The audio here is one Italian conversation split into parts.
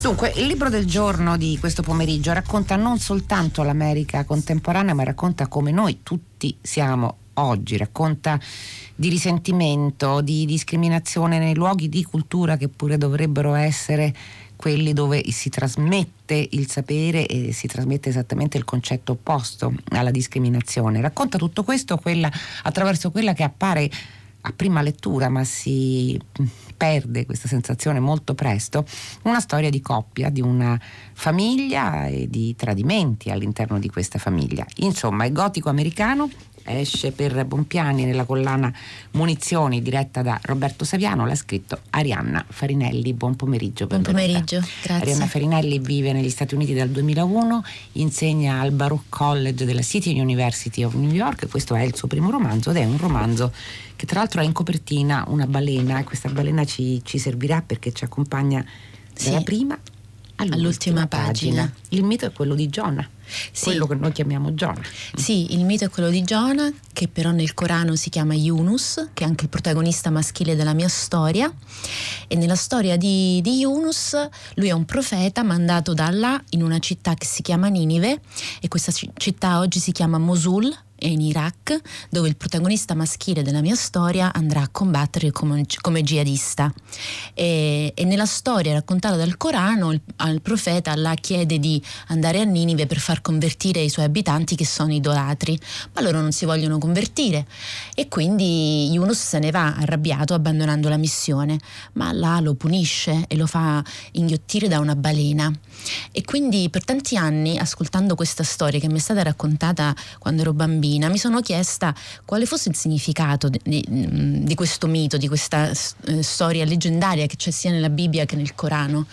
Dunque, il libro del giorno di questo pomeriggio racconta non soltanto l'America contemporanea, ma racconta come noi tutti siamo oggi, racconta di risentimento, di discriminazione nei luoghi di cultura che pure dovrebbero essere quelli dove si trasmette il sapere e si trasmette esattamente il concetto opposto alla discriminazione. Racconta tutto questo attraverso quella che appare a prima lettura, ma si perde questa sensazione molto presto, una storia di coppia, di una famiglia e di tradimenti all'interno di questa famiglia. Insomma, è gotico americano. Esce per Bompiani nella collana Munizioni, diretta da Roberto Saviano. L'ha scritto Arianna Farinelli. Buon pomeriggio. Buon pomeriggio, grazie. Arianna Farinelli vive negli Stati Uniti dal 2001, insegna al Baruch College della City University of New York. Questo è il suo primo romanzo ed è un romanzo che tra l'altro ha in copertina una balena, e questa balena ci servirà perché ci accompagna dalla prima all'ultima pagina. Il mito è quello di Giona. Sì. Quello che noi chiamiamo Giona. Sì, il mito è quello di Giona, che però nel Corano si chiama Yunus, che è anche il protagonista maschile della mia storia. E nella storia di Yunus, lui è un profeta mandato da Allah in una città che si chiama Ninive, e questa città oggi si chiama Mosul, è in Iraq, dove il protagonista maschile della mia storia andrà a combattere come jihadista. E nella storia raccontata dal Corano, al profeta Allah chiede di andare a Ninive per far convertire i suoi abitanti che sono idolatri, ma loro non si vogliono convertire, e quindi Yunus se ne va arrabbiato abbandonando la missione, ma Allah lo punisce e lo fa inghiottire da una balena. E quindi per tanti anni, ascoltando questa storia che mi è stata raccontata quando ero bambina, mi sono chiesta quale fosse il significato di questo mito, di questa storia leggendaria che c'è sia nella Bibbia che nel Corano,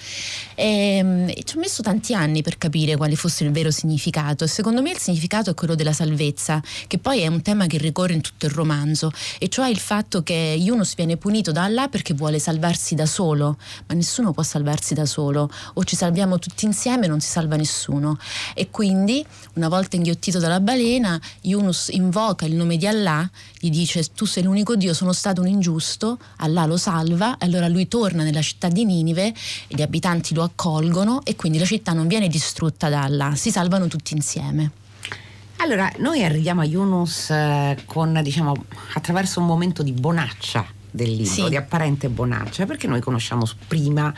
e ci ho messo tanti anni per capire quale fosse il vero significato. E secondo me il significato è quello della salvezza, che poi è un tema che ricorre in tutto il romanzo, e cioè il fatto che Yunus viene punito da Allah perché vuole salvarsi da solo, ma nessuno può salvarsi da solo, o ci salviamo tutti insieme o non si salva nessuno. E quindi, una volta inghiottito dalla balena, Yunus invoca il nome di Allah, gli dice: tu sei l'unico Dio, sono stato un ingiusto. Allah lo salva, e allora lui torna nella città di Ninive e gli abitanti lo accolgono, e quindi la città non viene distrutta da Allah, si salvano tutti insieme. Allora, noi arriviamo a Yunus attraverso un momento di bonaccia del libro, sì, di apparente bonaccia, perché noi conosciamo prima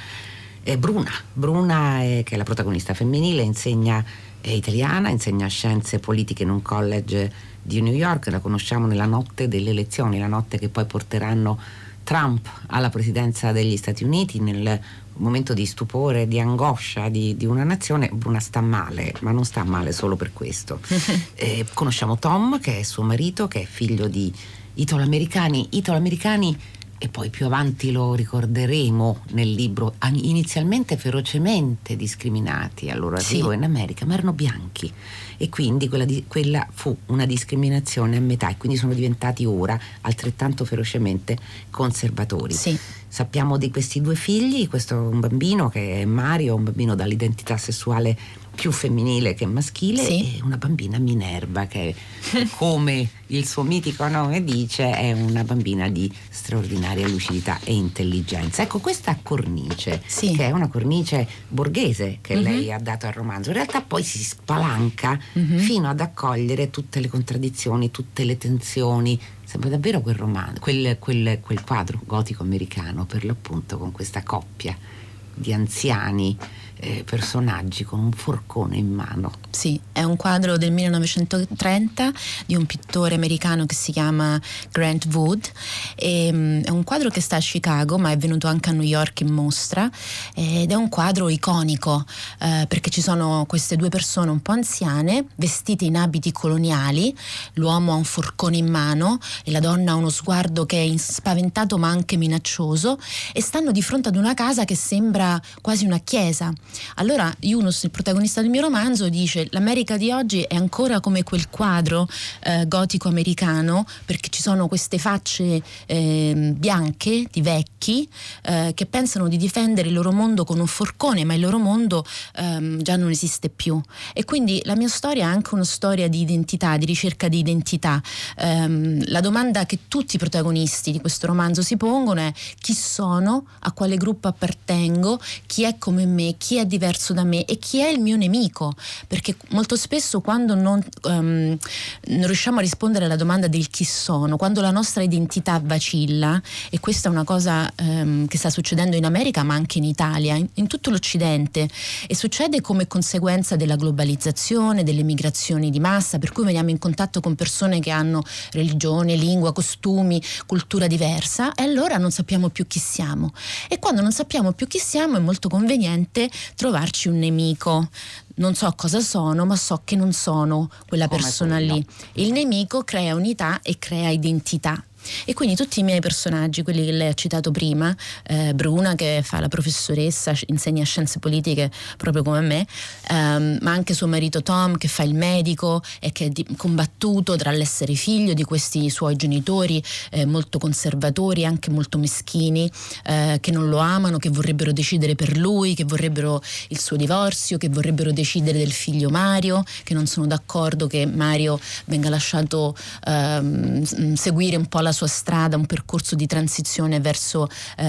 Bruna, che è la protagonista femminile, è italiana, insegna scienze politiche in un college di New York. La conosciamo nella notte delle elezioni, la notte che poi porteranno Trump alla presidenza degli Stati Uniti, nel momento di stupore, di angoscia di una nazione. Bruna sta male, ma non sta male solo per questo. Conosciamo Tom, che è suo marito, che è figlio di italo-americani, e poi più avanti lo ricorderemo nel libro, inizialmente ferocemente discriminati al loro arrivo in America, ma erano bianchi, e quindi quella fu una discriminazione a metà, e quindi sono diventati ora altrettanto ferocemente conservatori. Sì. Sappiamo di questi due figli, questo è un bambino che è Mario, un bambino dall'identità sessuale più femminile che maschile, sì, e una bambina Minerva, che come il suo mitico nome dice è una bambina di straordinaria lucidità e intelligenza. Ecco, questa cornice, sì, che è una cornice borghese che lei ha dato al romanzo, in realtà poi si spalanca fino ad accogliere tutte le contraddizioni, tutte le tensioni. Sembra davvero quel romanzo, quel quadro gotico americano, per l'appunto, con questa coppia di anziani personaggi con un forcone in mano. Sì, è un quadro del 1930 di un pittore americano che si chiama Grant Wood, e è un quadro che sta a Chicago, ma è venuto anche a New York in mostra, ed è un quadro iconico perché ci sono queste due persone un po' anziane vestite in abiti coloniali. L'uomo ha un forcone in mano e la donna ha uno sguardo che è spaventato ma anche minaccioso, e stanno di fronte ad una casa che sembra quasi una chiesa. Allora Yunus, il protagonista del mio romanzo, dice: l'America di oggi è ancora come quel quadro gotico americano, perché ci sono queste facce bianche di vecchi che pensano di difendere il loro mondo con un forcone, ma il loro mondo già non esiste più. E quindi la mia storia è anche una storia di identità, di ricerca di identità. La domanda che tutti i protagonisti di questo romanzo si pongono è: chi sono, a quale gruppo appartengo, chi è come me, chi è diverso da me e chi è il mio nemico, perché molto spesso quando non riusciamo a rispondere alla domanda del chi sono, quando la nostra identità vacilla, e questa è una cosa che sta succedendo in America ma anche in Italia, in tutto l'Occidente, e succede come conseguenza della globalizzazione, delle migrazioni di massa, per cui veniamo in contatto con persone che hanno religione, lingua, costumi, cultura diversa, e allora non sappiamo più chi siamo. E quando non sappiamo più chi siamo è molto conveniente trovarci un nemico. Non so cosa sono, ma so che non sono quella persona lì. Il nemico crea unità e crea identità. E quindi tutti i miei personaggi, quelli che lei ha citato prima, Bruna che fa la professoressa, insegna scienze politiche proprio come me, ma anche suo marito Tom che fa il medico e che è combattuto tra l'essere figlio di questi suoi genitori molto conservatori, anche molto meschini, che non lo amano, che vorrebbero decidere per lui, che vorrebbero il suo divorzio, che vorrebbero decidere del figlio Mario, che non sono d'accordo che Mario venga lasciato seguire un po' la sua strada, un percorso di transizione verso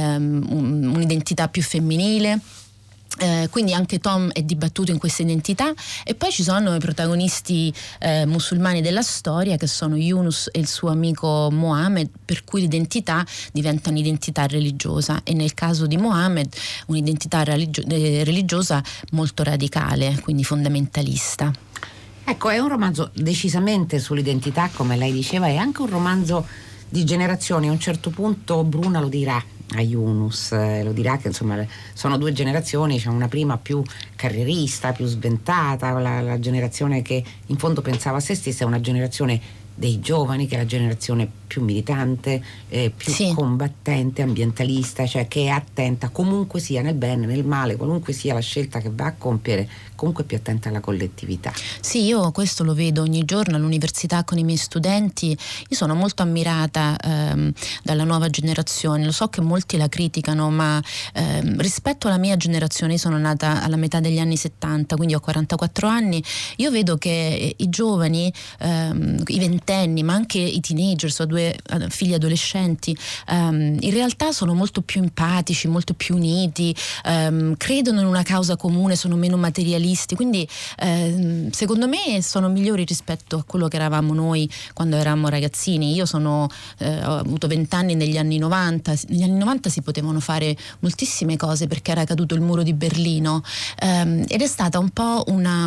un'identità più femminile. Quindi anche Tom è dibattuto in questa identità, e poi ci sono i protagonisti musulmani della storia che sono Yunus e il suo amico Mohammed, per cui l'identità diventa un'identità religiosa, e nel caso di Mohammed un'identità religiosa molto radicale, quindi fondamentalista. Ecco, è un romanzo decisamente sull'identità, come lei diceva, è anche un romanzo di generazioni. A un certo punto Bruna lo dirà a Yunus, lo dirà che insomma sono due generazioni, c'è una prima più carrierista, più sventata, la generazione che in fondo pensava a se stessa, è una generazione dei giovani, che è la generazione più militante, più combattente, ambientalista, cioè che è attenta comunque sia nel bene, nel male, qualunque sia la scelta che va a compiere, comunque più attenta alla collettività. Sì, io questo lo vedo ogni giorno all'università con i miei studenti. Io sono molto ammirata dalla nuova generazione, lo so che molti la criticano, ma rispetto alla mia generazione, io sono nata alla metà degli anni 70, quindi ho 44 anni, io vedo che i giovani, i ventenni, ma anche i teenagers, ho 2 figli adolescenti, in realtà sono molto più empatici, molto più uniti, credono in una causa comune, sono meno materialisti, quindi secondo me sono migliori rispetto a quello che eravamo noi quando eravamo ragazzini. Io ho avuto 20 anni negli anni 90. Negli anni 90 si potevano fare moltissime cose perché era caduto il muro di Berlino, ed è stata un po'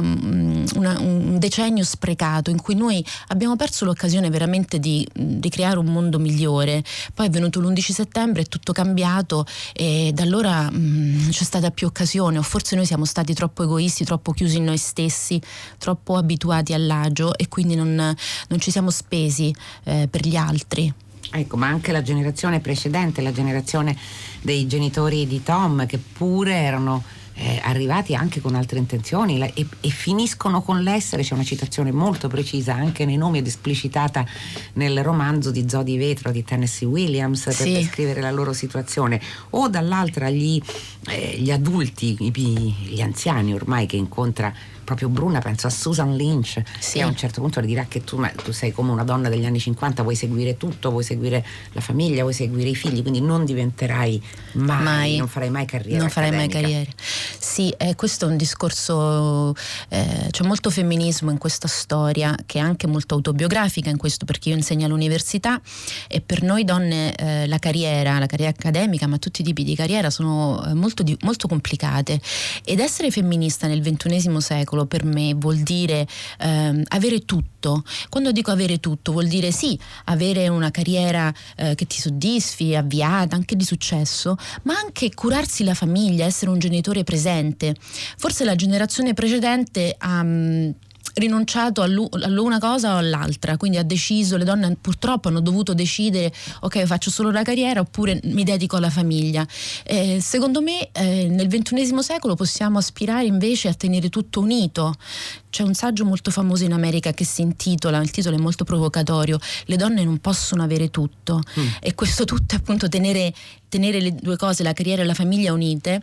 un decennio sprecato in cui noi abbiamo perso l'occasione veramente di creare un mondo migliore. Poi è venuto l'11 settembre, è tutto cambiato, e da allora non c'è stata più occasione, o forse noi siamo stati troppo egoisti, troppo chiusi in noi stessi, troppo abituati all'agio, e quindi non ci siamo spesi per gli altri. Ecco, ma anche la generazione precedente, la generazione dei genitori di Tom, che pure erano arrivati anche con altre intenzioni e finiscono con l'essere. C'è una citazione molto precisa anche nei nomi ed esplicitata nel romanzo di Zodi di Vetro di Tennessee Williams per descrivere la loro situazione, o dall'altra gli adulti, gli anziani ormai che incontra proprio Bruna. Penso a Susan Lynch, che a un certo punto le dirà che tu sei come una donna degli anni 50, vuoi seguire tutto, vuoi seguire la famiglia, vuoi seguire i figli, quindi non diventerai mai. Non farai mai carriera non accademica. Farai mai carriera. Sì, questo è un discorso, c'è molto femminismo in questa storia, che è anche molto autobiografica in questo, perché io insegno all'università, e per noi donne la carriera accademica, ma tutti i tipi di carriera sono molto complicate, ed essere femminista nel XXI secolo per me vuol dire avere tutto. Quando dico avere tutto vuol dire sì, avere una carriera che ti soddisfi, avviata, anche di successo, ma anche curarsi la famiglia, essere un genitore presente. Forse la generazione precedente ha rinunciato all'una cosa o all'altra, quindi ha deciso, le donne purtroppo hanno dovuto decidere: ok, faccio solo la carriera oppure mi dedico alla famiglia. Secondo me nel XXI secolo possiamo aspirare invece a tenere tutto unito. C'è un saggio molto famoso in America che si intitola, il titolo è molto provocatorio, Le donne non possono avere tutto, e questo tutto è appunto tenere le due cose, la carriera e la famiglia, unite.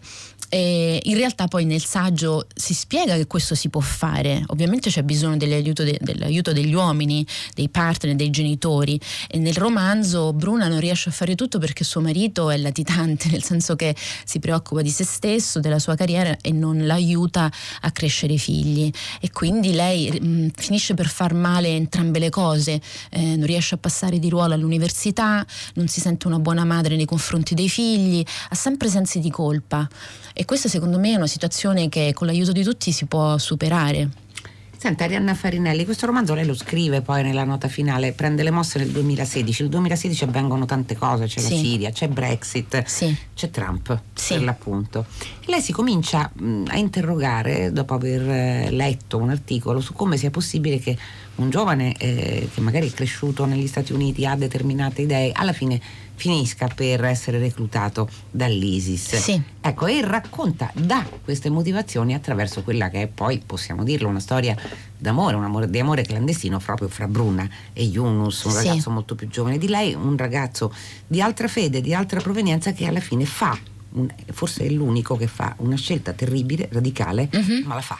E in realtà poi nel saggio si spiega che questo si può fare, ovviamente c'è bisogno dell'aiuto degli uomini, dei partner, dei genitori, e nel romanzo Bruna non riesce a fare tutto perché suo marito è latitante, nel senso che si preoccupa di se stesso, della sua carriera e non l'aiuta a crescere i figli, e quindi lei finisce per far male entrambe le cose, non riesce a passare di ruolo all'università, non si sente una buona madre nei confronti dei figli, ha sempre sensi di colpa. E questa secondo me è una situazione che con l'aiuto di tutti si può superare. Senta, Arianna Farinelli, questo romanzo lei lo scrive poi nella nota finale, prende le mosse nel 2016. Nel 2016 avvengono tante cose, c'è la Siria, c'è Brexit, c'è Trump, per l'appunto. E lei si comincia a interrogare, dopo aver letto un articolo, su come sia possibile che un giovane che magari è cresciuto negli Stati Uniti, ha determinate idee, alla fine finisca per essere reclutato dall'ISIS. Ecco, e racconta da queste motivazioni attraverso quella che è poi, possiamo dirlo, una storia d'amore, di amore clandestino proprio fra Bruna e Yunus, un ragazzo molto più giovane di lei, un ragazzo di altra fede, di altra provenienza, che alla fine fa, forse è l'unico che fa una scelta terribile, radicale, ma la fa.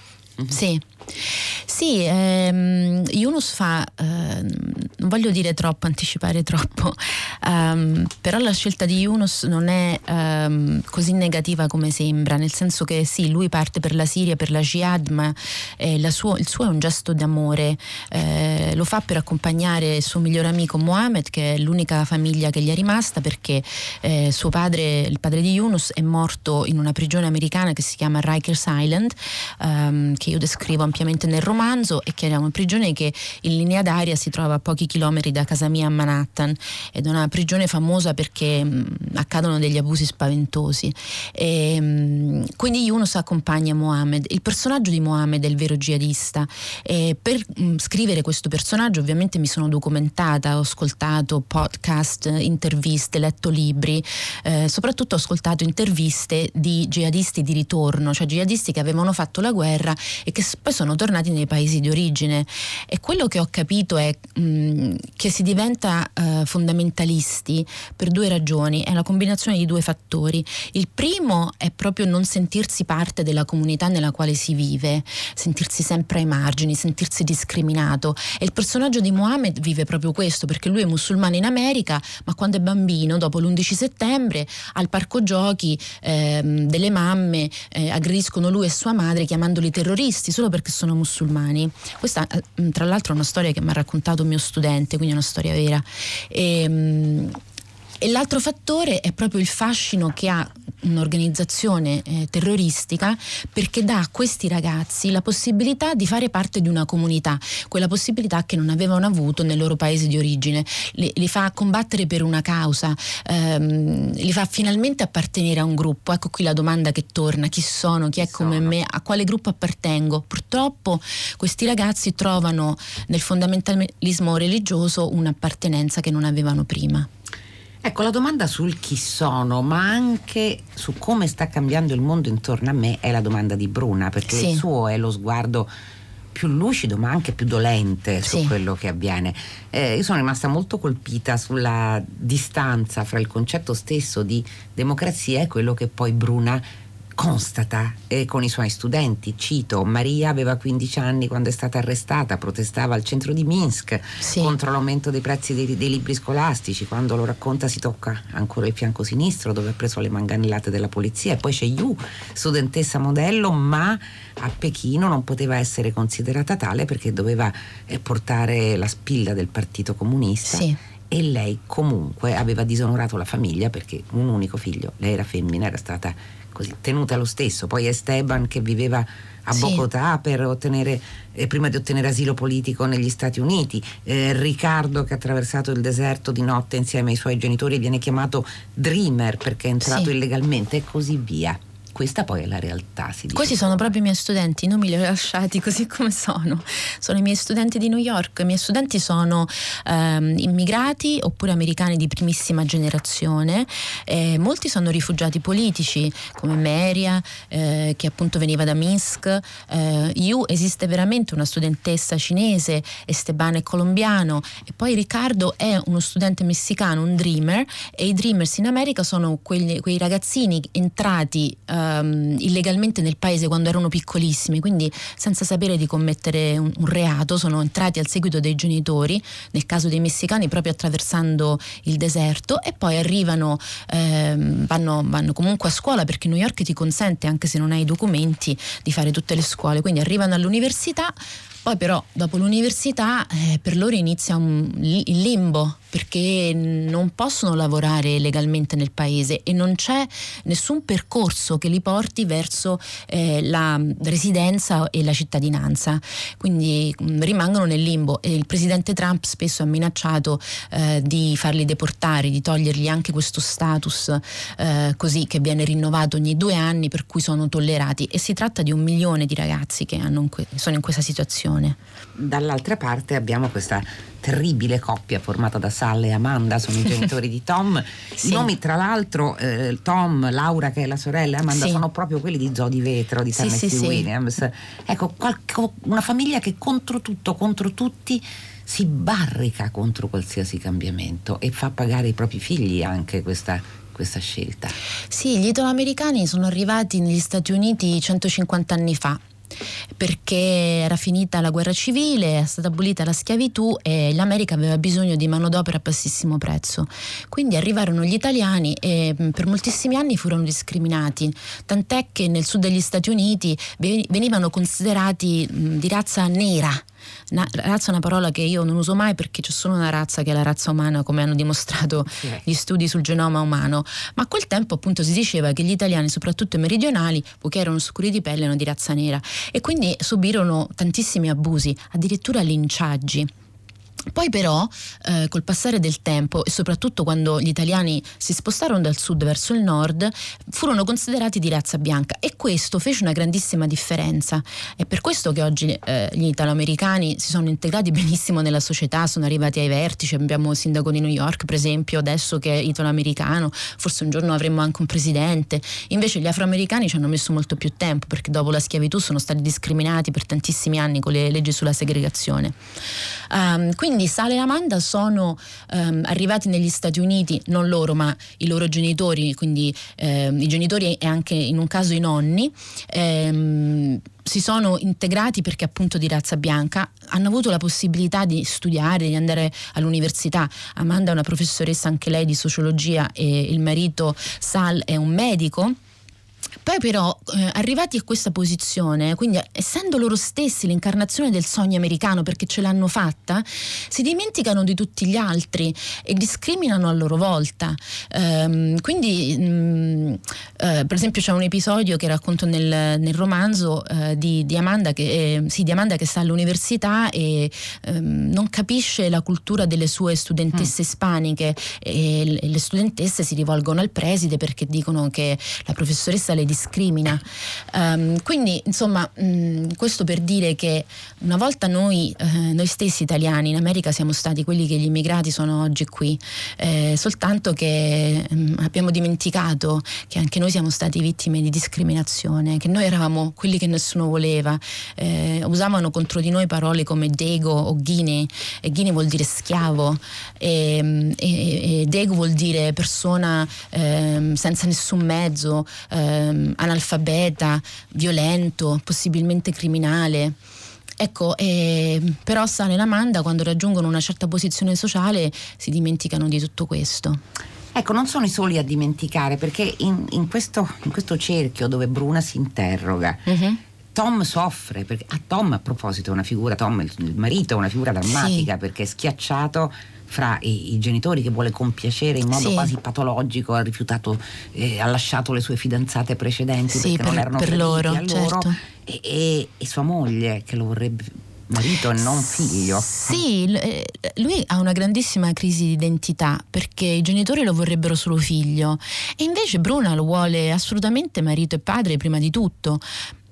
Yunus fa, non voglio dire troppo, anticipare troppo, però la scelta di Yunus non è così negativa come sembra, nel senso che lui parte per la Siria, per la Jihad, ma il suo è un gesto d'amore, lo fa per accompagnare il suo migliore amico Mohammed, che è l'unica famiglia che gli è rimasta, perché suo padre, il padre di Yunus, è morto in una prigione americana che si chiama Rikers Island, che io descrivo ampiamente nel romanzo, e che è una prigione che in linea d'aria si trova a pochi chilometri da casa mia a Manhattan, ed è una prigione famosa perché accadono degli abusi spaventosi, e quindi Yunus accompagna Mohammed. Il personaggio di Mohammed è il vero jihadista, e per scrivere questo personaggio ovviamente mi sono documentata, ho ascoltato podcast, interviste, letto libri, soprattutto ho ascoltato interviste di jihadisti di ritorno, cioè jihadisti che avevano fatto la guerra e che poi sono tornati nei paesi di origine, e quello che ho capito è che si diventa fondamentalisti per due ragioni, è la combinazione di due fattori. Il primo è proprio non sentirsi parte della comunità nella quale si vive, sentirsi sempre ai margini, sentirsi discriminato, e il personaggio di Mohammed vive proprio questo, perché lui è musulmano in America, ma quando è bambino, dopo l'11 settembre, al parco giochi delle mamme aggrediscono lui e sua madre chiamandoli terroristi solo perché sono musulmani. Questa tra l'altro è una storia che mi ha raccontato un mio studente, quindi è una storia vera. E l'altro fattore è proprio il fascino che ha un'organizzazione terroristica, perché dà a questi ragazzi la possibilità di fare parte di una comunità, quella possibilità che non avevano avuto nel loro paese di origine, li fa combattere per una causa, li fa finalmente appartenere a un gruppo. Ecco qui la domanda che torna: chi sono, chi è come me, a quale gruppo appartengo? Purtroppo questi ragazzi trovano nel fondamentalismo religioso un'appartenenza che non avevano prima. Ecco, la domanda sul chi sono, ma anche su come sta cambiando il mondo intorno a me, è la domanda di Bruna, perché il suo è lo sguardo più lucido ma anche più dolente su quello che avviene. Io sono rimasta molto colpita sulla distanza fra il concetto stesso di democrazia e quello che poi Bruna constata con i suoi studenti. Cito: Maria aveva 15 anni quando è stata arrestata, protestava al centro di Minsk contro l'aumento dei prezzi dei libri scolastici. Quando lo racconta si tocca ancora il fianco sinistro, dove ha preso le manganellate della polizia. E poi c'è Yu, studentessa modello, ma a Pechino non poteva essere considerata tale perché doveva portare la spilla del Partito Comunista. E lei comunque aveva disonorato la famiglia, perché un unico figlio, lei era femmina, era stata così tenuta lo stesso. Poi Esteban, che viveva a Bogotà per ottenere prima di ottenere asilo politico negli Stati Uniti, Riccardo, che ha attraversato il deserto di notte insieme ai suoi genitori, viene chiamato Dreamer perché è entrato illegalmente, e così via. Questa poi è la realtà, si dice. Questi sono proprio i miei studenti, non me li ho lasciati così come sono i miei studenti di New York. I miei studenti sono immigrati oppure americani di primissima generazione, molti sono rifugiati politici come Meria, che appunto veniva da Minsk. Esiste veramente una studentessa cinese, Esteban è colombiano, e poi Riccardo è uno studente messicano, un dreamer, e i dreamers in America sono quei ragazzini entrati illegalmente nel paese quando erano piccolissimi, quindi senza sapere di commettere un reato sono entrati al seguito dei genitori, nel caso dei messicani proprio attraversando il deserto, e poi arrivano, vanno comunque a scuola, perché New York ti consente, anche se non hai i documenti, di fare tutte le scuole, quindi arrivano all'università. Poi però dopo l'università per loro inizia il limbo, perché non possono lavorare legalmente nel paese e non c'è nessun percorso che li porti verso la residenza e la cittadinanza, quindi rimangono nel limbo, e il presidente Trump spesso ha minacciato di farli deportare, di togliergli anche questo status così, che viene rinnovato ogni 2 anni, per cui sono tollerati, e si tratta di 1 milione di ragazzi che sono in questa situazione. Dall'altra parte abbiamo questa terribile coppia formata da Sal e Amanda, sono i genitori di Tom. Sì. I nomi, tra l'altro, Tom, Laura che è la sorella, e Amanda, sì, sono proprio quelli di Zoo di Vetro, di Tennessee Williams. Ecco, una famiglia che contro tutto, contro tutti, si barrica contro qualsiasi cambiamento e fa pagare i propri figli anche questa scelta. Sì, gli italoamericani sono arrivati negli Stati Uniti 150 anni fa, perché era finita la guerra civile, è stata abolita la schiavitù e l'America aveva bisogno di manodopera a bassissimo prezzo. Quindi arrivarono gli italiani e per moltissimi anni furono discriminati, tant'è che nel sud degli Stati Uniti venivano considerati di razza nera. Razza è una parola che io non uso mai, perché c'è solo una razza, che è la razza umana, come hanno dimostrato gli studi sul genoma umano, ma a quel tempo appunto si diceva che gli italiani, soprattutto i meridionali, poiché erano scuri di pelle, erano di razza nera, e quindi subirono tantissimi abusi, addirittura linciaggi. Poi però col passare del tempo, e soprattutto quando gli italiani si spostarono dal sud verso il nord, furono considerati di razza bianca, e questo fece una grandissima differenza. È per questo che oggi gli italoamericani si sono integrati benissimo nella società, sono arrivati ai vertici. Abbiamo il sindaco di New York, per esempio, adesso, che è italoamericano, forse un giorno avremo anche un presidente. Invece gli afroamericani ci hanno messo molto più tempo, perché dopo la schiavitù sono stati discriminati per tantissimi anni con le leggi sulla segregazione. Quindi Sal e Amanda sono arrivati negli Stati Uniti, non loro ma i loro genitori, quindi i genitori e anche in un caso i nonni, si sono integrati perché appunto di razza bianca, hanno avuto la possibilità di studiare, di andare all'università. Amanda è una professoressa anche lei di sociologia e il marito Sal è un medico. Poi però arrivati a questa posizione, quindi essendo loro stessi l'incarnazione del sogno americano perché ce l'hanno fatta, si dimenticano di tutti gli altri e discriminano a loro volta. Quindi per esempio c'è un episodio che racconto nel romanzo di Amanda che sta all'università e non capisce la cultura delle sue studentesse ispaniche, e le studentesse si rivolgono al preside perché dicono che la professoressa le discrimina. Quindi insomma questo per dire che una volta noi stessi italiani in America siamo stati quelli che gli immigrati sono oggi qui, soltanto che abbiamo dimenticato che anche noi siamo stati vittime di discriminazione, che noi eravamo quelli che nessuno voleva. Usavano contro di noi parole come Dego o Ghine, e Ghine vuol dire schiavo, e Dego vuol dire persona senza nessun mezzo, analfabeta, violento, possibilmente criminale. Ecco, però Sal e Amanda, quando raggiungono una certa posizione sociale, si dimenticano di tutto questo. Ecco, non sono i soli a dimenticare, perché in questo cerchio dove Bruna si interroga, Tom soffre, perché Tom, a proposito, è una figura, Tom, il marito, è una figura drammatica, perché è schiacciato fra i genitori, che vuole compiacere in modo quasi patologico, ha rifiutato, ha lasciato le sue fidanzate precedenti perché non erano per loro, a loro, certo. e sua moglie che lo vorrebbe marito e non figlio. Sì, lui ha una grandissima crisi di identità, perché i genitori lo vorrebbero solo figlio e invece Bruna lo vuole assolutamente marito e padre prima di tutto.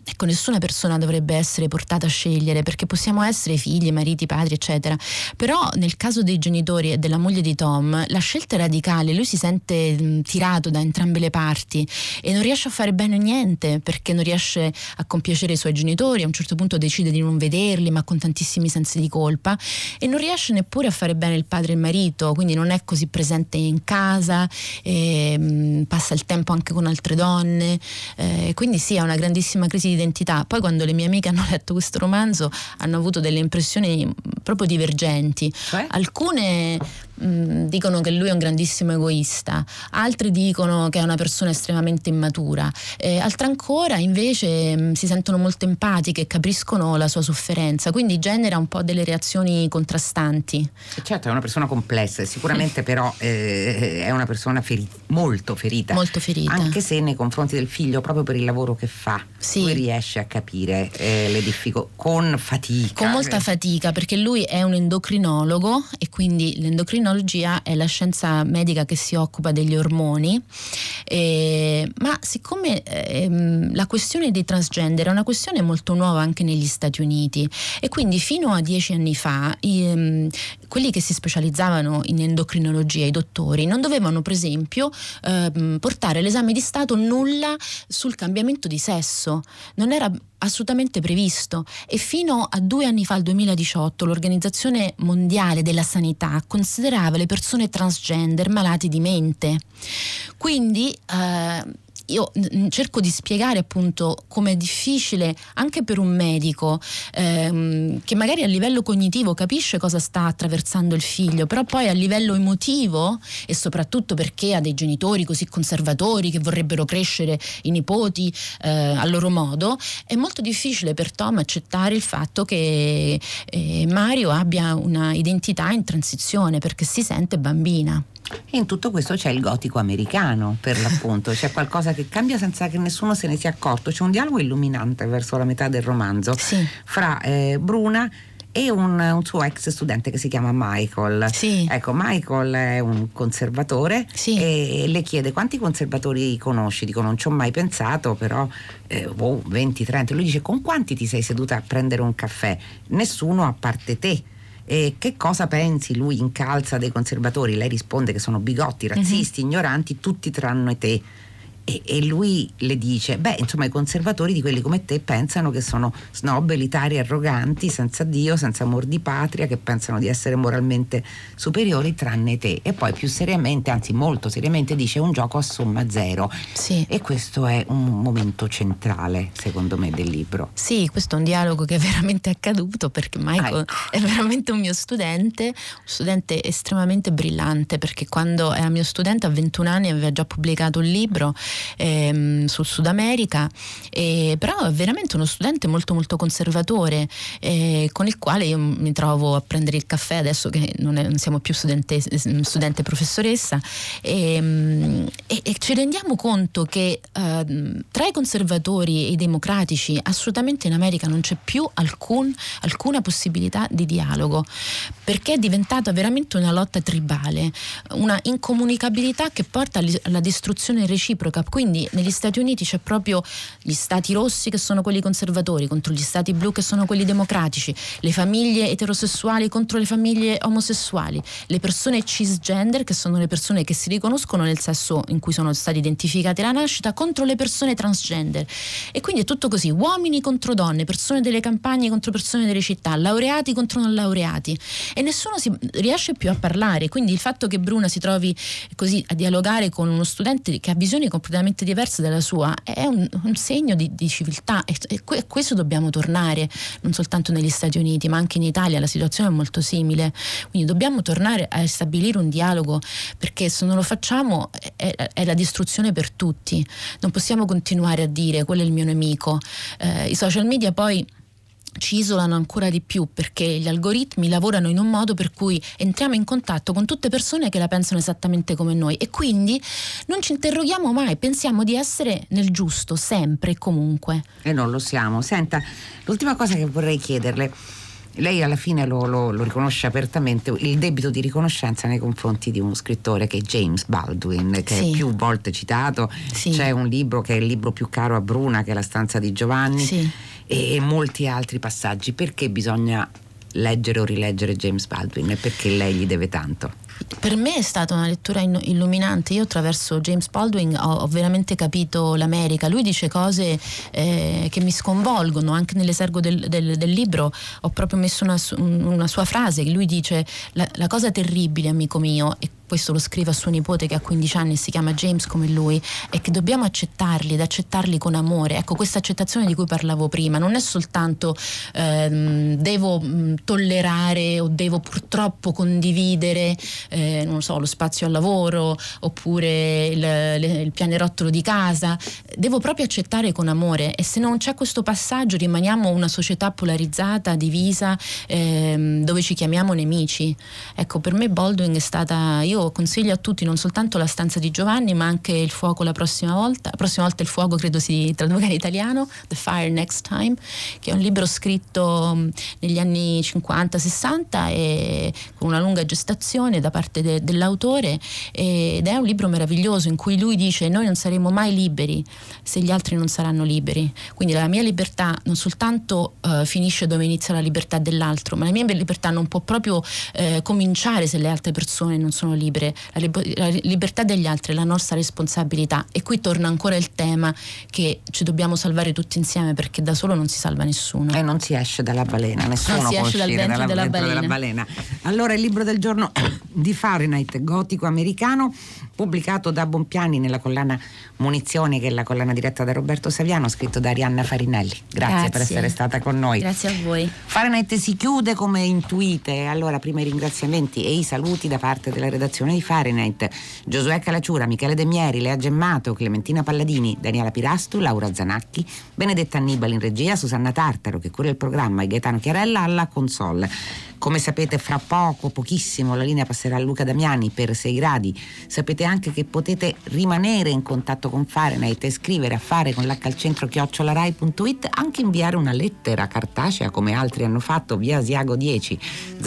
Ecco, nessuna persona dovrebbe essere portata a scegliere, perché possiamo essere figli, mariti, padri, eccetera, però nel caso dei genitori e della moglie di Tom la scelta è radicale. Lui si sente tirato da entrambe le parti e non riesce a fare bene niente, perché non riesce a compiacere i suoi genitori. A un certo punto decide di non vederli, ma con tantissimi sensi di colpa, e non riesce neppure a fare bene il padre e il marito, quindi non è così presente in casa, passa il tempo anche con altre donne, quindi sì, ha una grandissima crisi di identità. Poi quando le mie amiche hanno letto questo romanzo hanno avuto delle impressioni proprio divergenti. Alcune dicono che lui è un grandissimo egoista, altri dicono che è una persona estremamente immatura, altre ancora invece si sentono molto empatiche e capiscono la sua sofferenza, quindi genera un po' delle reazioni contrastanti. Certo, è una persona complessa, sicuramente però è una persona molto ferita, anche se nei confronti del figlio, proprio per il lavoro che fa, lui riesce a capire le difficoltà con fatica, con molta fatica, perché lui è un endocrinologo e quindi l'endocrinologia è la scienza medica che si occupa degli ormoni, ma siccome la questione dei transgender è una questione molto nuova anche negli Stati Uniti, e quindi fino a 10 anni fa quelli che si specializzavano in endocrinologia, i dottori, non dovevano per esempio portare l'esame di stato nulla sul cambiamento di sesso, non era assolutamente previsto, e fino a 2 anni fa, al 2018, l'Organizzazione Mondiale della Sanità considerava le persone transgender malati di mente. Quindi io cerco di spiegare appunto come è difficile anche per un medico che magari a livello cognitivo capisce cosa sta attraversando il figlio, però poi a livello emotivo, e soprattutto perché ha dei genitori così conservatori che vorrebbero crescere i nipoti a loro modo, è molto difficile per Tom accettare il fatto che Mario abbia una identità in transizione, perché si sente bambina. E in tutto questo c'è il gotico americano, per l'appunto, c'è qualcosa che cambia senza che nessuno se ne sia accorto. C'è un dialogo illuminante verso la metà del romanzo fra Bruna e un suo ex studente che si chiama Michael. Ecco, Michael è un conservatore e le chiede: quanti conservatori conosci? Dico: non ci ho mai pensato, però 20-30. Lui dice: con quanti ti sei seduta a prendere un caffè? Nessuno a parte te. E che cosa pensi? Lui incalza dei conservatori, lei risponde che sono bigotti, razzisti, ignoranti, tutti tranne te. E lui le dice: beh, insomma, i conservatori di quelli come te pensano che sono snob, elitari, arroganti, senza Dio, senza amor di patria, che pensano di essere moralmente superiori tranne te. E poi più seriamente, anzi molto seriamente, dice: un gioco a somma zero. E questo è un momento centrale, secondo me, del libro. Sì, questo è un dialogo che è veramente accaduto, perché Michael è veramente un mio studente, un studente estremamente brillante, perché quando era mio studente a 21 anni aveva già pubblicato un libro sul Sud America, però è veramente uno studente molto molto conservatore, con il quale io mi trovo a prendere il caffè adesso che non siamo più studente e professoressa, e ci rendiamo conto che tra i conservatori e i democratici assolutamente in America non c'è più alcuna possibilità di dialogo, perché è diventata veramente una lotta tribale, una incomunicabilità che porta alla distruzione reciproca. Quindi negli Stati Uniti c'è proprio gli stati rossi, che sono quelli conservatori, contro gli stati blu, che sono quelli democratici, le famiglie eterosessuali contro le famiglie omosessuali, le persone cisgender, che sono le persone che si riconoscono nel sesso in cui sono stati identificati alla nascita, contro le persone transgender. E quindi è tutto così: uomini contro donne, persone delle campagne contro persone delle città, laureati contro non laureati, e nessuno si riesce più a parlare. Quindi il fatto che Bruna si trovi così a dialogare con uno studente che ha visioni completamente diverse dalla sua è un segno di civiltà, e a questo dobbiamo tornare, non soltanto negli Stati Uniti ma anche in Italia la situazione è molto simile, quindi dobbiamo tornare a stabilire un dialogo, perché se non lo facciamo è la distruzione per tutti. Non possiamo continuare a dire quello è il mio nemico. I social media poi ci isolano ancora di più, perché gli algoritmi lavorano in un modo per cui entriamo in contatto con tutte persone che la pensano esattamente come noi, e quindi non ci interroghiamo mai, pensiamo di essere nel giusto sempre e comunque. E non lo siamo. Senta, l'ultima cosa che vorrei chiederle: lei alla fine lo riconosce apertamente, il debito di riconoscenza nei confronti di uno scrittore che è James Baldwin, che è più volte citato. C'è un libro che è il libro più caro a Bruna, che è La stanza di Giovanni, e molti altri passaggi. Perché bisogna leggere o rileggere James Baldwin e perché lei gli deve tanto? Per me è stata una lettura illuminante. Io attraverso James Baldwin ho veramente capito l'America. Lui dice cose che mi sconvolgono. Anche nell'esergo del libro ho proprio messo una sua frase, che lui dice: la cosa terribile, amico mio, e questo lo scrive a suo nipote che ha 15 anni e si chiama James come lui, è che dobbiamo accettarli ed accettarli con amore. Ecco, questa accettazione di cui parlavo prima non è soltanto devo tollerare o devo purtroppo condividere non so, lo spazio al lavoro oppure il pianerottolo di casa. Devo proprio accettare con amore, e se non c'è questo passaggio rimaniamo una società polarizzata, divisa, dove ci chiamiamo nemici. Ecco, per me Baldwin è stata, io consiglio a tutti non soltanto La stanza di Giovanni, ma anche Il fuoco la prossima volta Il fuoco credo si traduca in italiano, The Fire Next Time, che è un libro scritto negli anni 50-60 e con una lunga gestazione da parte dell'autore, ed è un libro meraviglioso in cui lui dice: noi non saremo mai liberi se gli altri non saranno liberi. Quindi la mia libertà non soltanto finisce dove inizia la libertà dell'altro, ma la mia libertà non può proprio cominciare se le altre persone non sono libere. La libertà degli altri è la nostra responsabilità, e qui torna ancora il tema che ci dobbiamo salvare tutti insieme, perché da solo non si salva nessuno. E non si esce dalla balena, nessuno può uscire dalla balena. Allora, il libro del giorno di Fahrenheit, gotico americano, pubblicato da Bompiani nella collana Munizioni, che è la collana diretta da Roberto Saviano, scritto da Arianna Farinelli. Grazie per essere stata con noi. Grazie a voi. Fahrenheit si chiude come intuite. Allora, prima i ringraziamenti e i saluti da parte della redazione di Fahrenheit: Giosuè Calacciura, Michele De Mieri, Lea Gemmato, Clementina Palladini, Daniela Pirastu, Laura Zanacchi, Benedetta Annibali in regia, Susanna Tartaro che cura il programma e Gaetano Chiarella alla console. Come sapete, fra pochissimo la linea passerà a Luca Damiani per 6 gradi. Sapete anche che potete rimanere in contatto con Fahrenheit e scrivere a fare@rai.it, anche inviare una lettera cartacea come altri hanno fatto via Asiago 10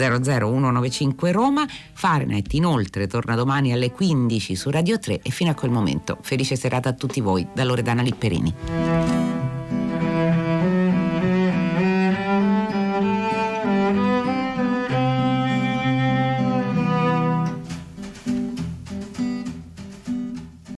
00195 Roma. Fahrenheit inoltre torna domani alle 15 su Radio 3, e fino a quel momento felice serata a tutti voi da Loredana Lipperini.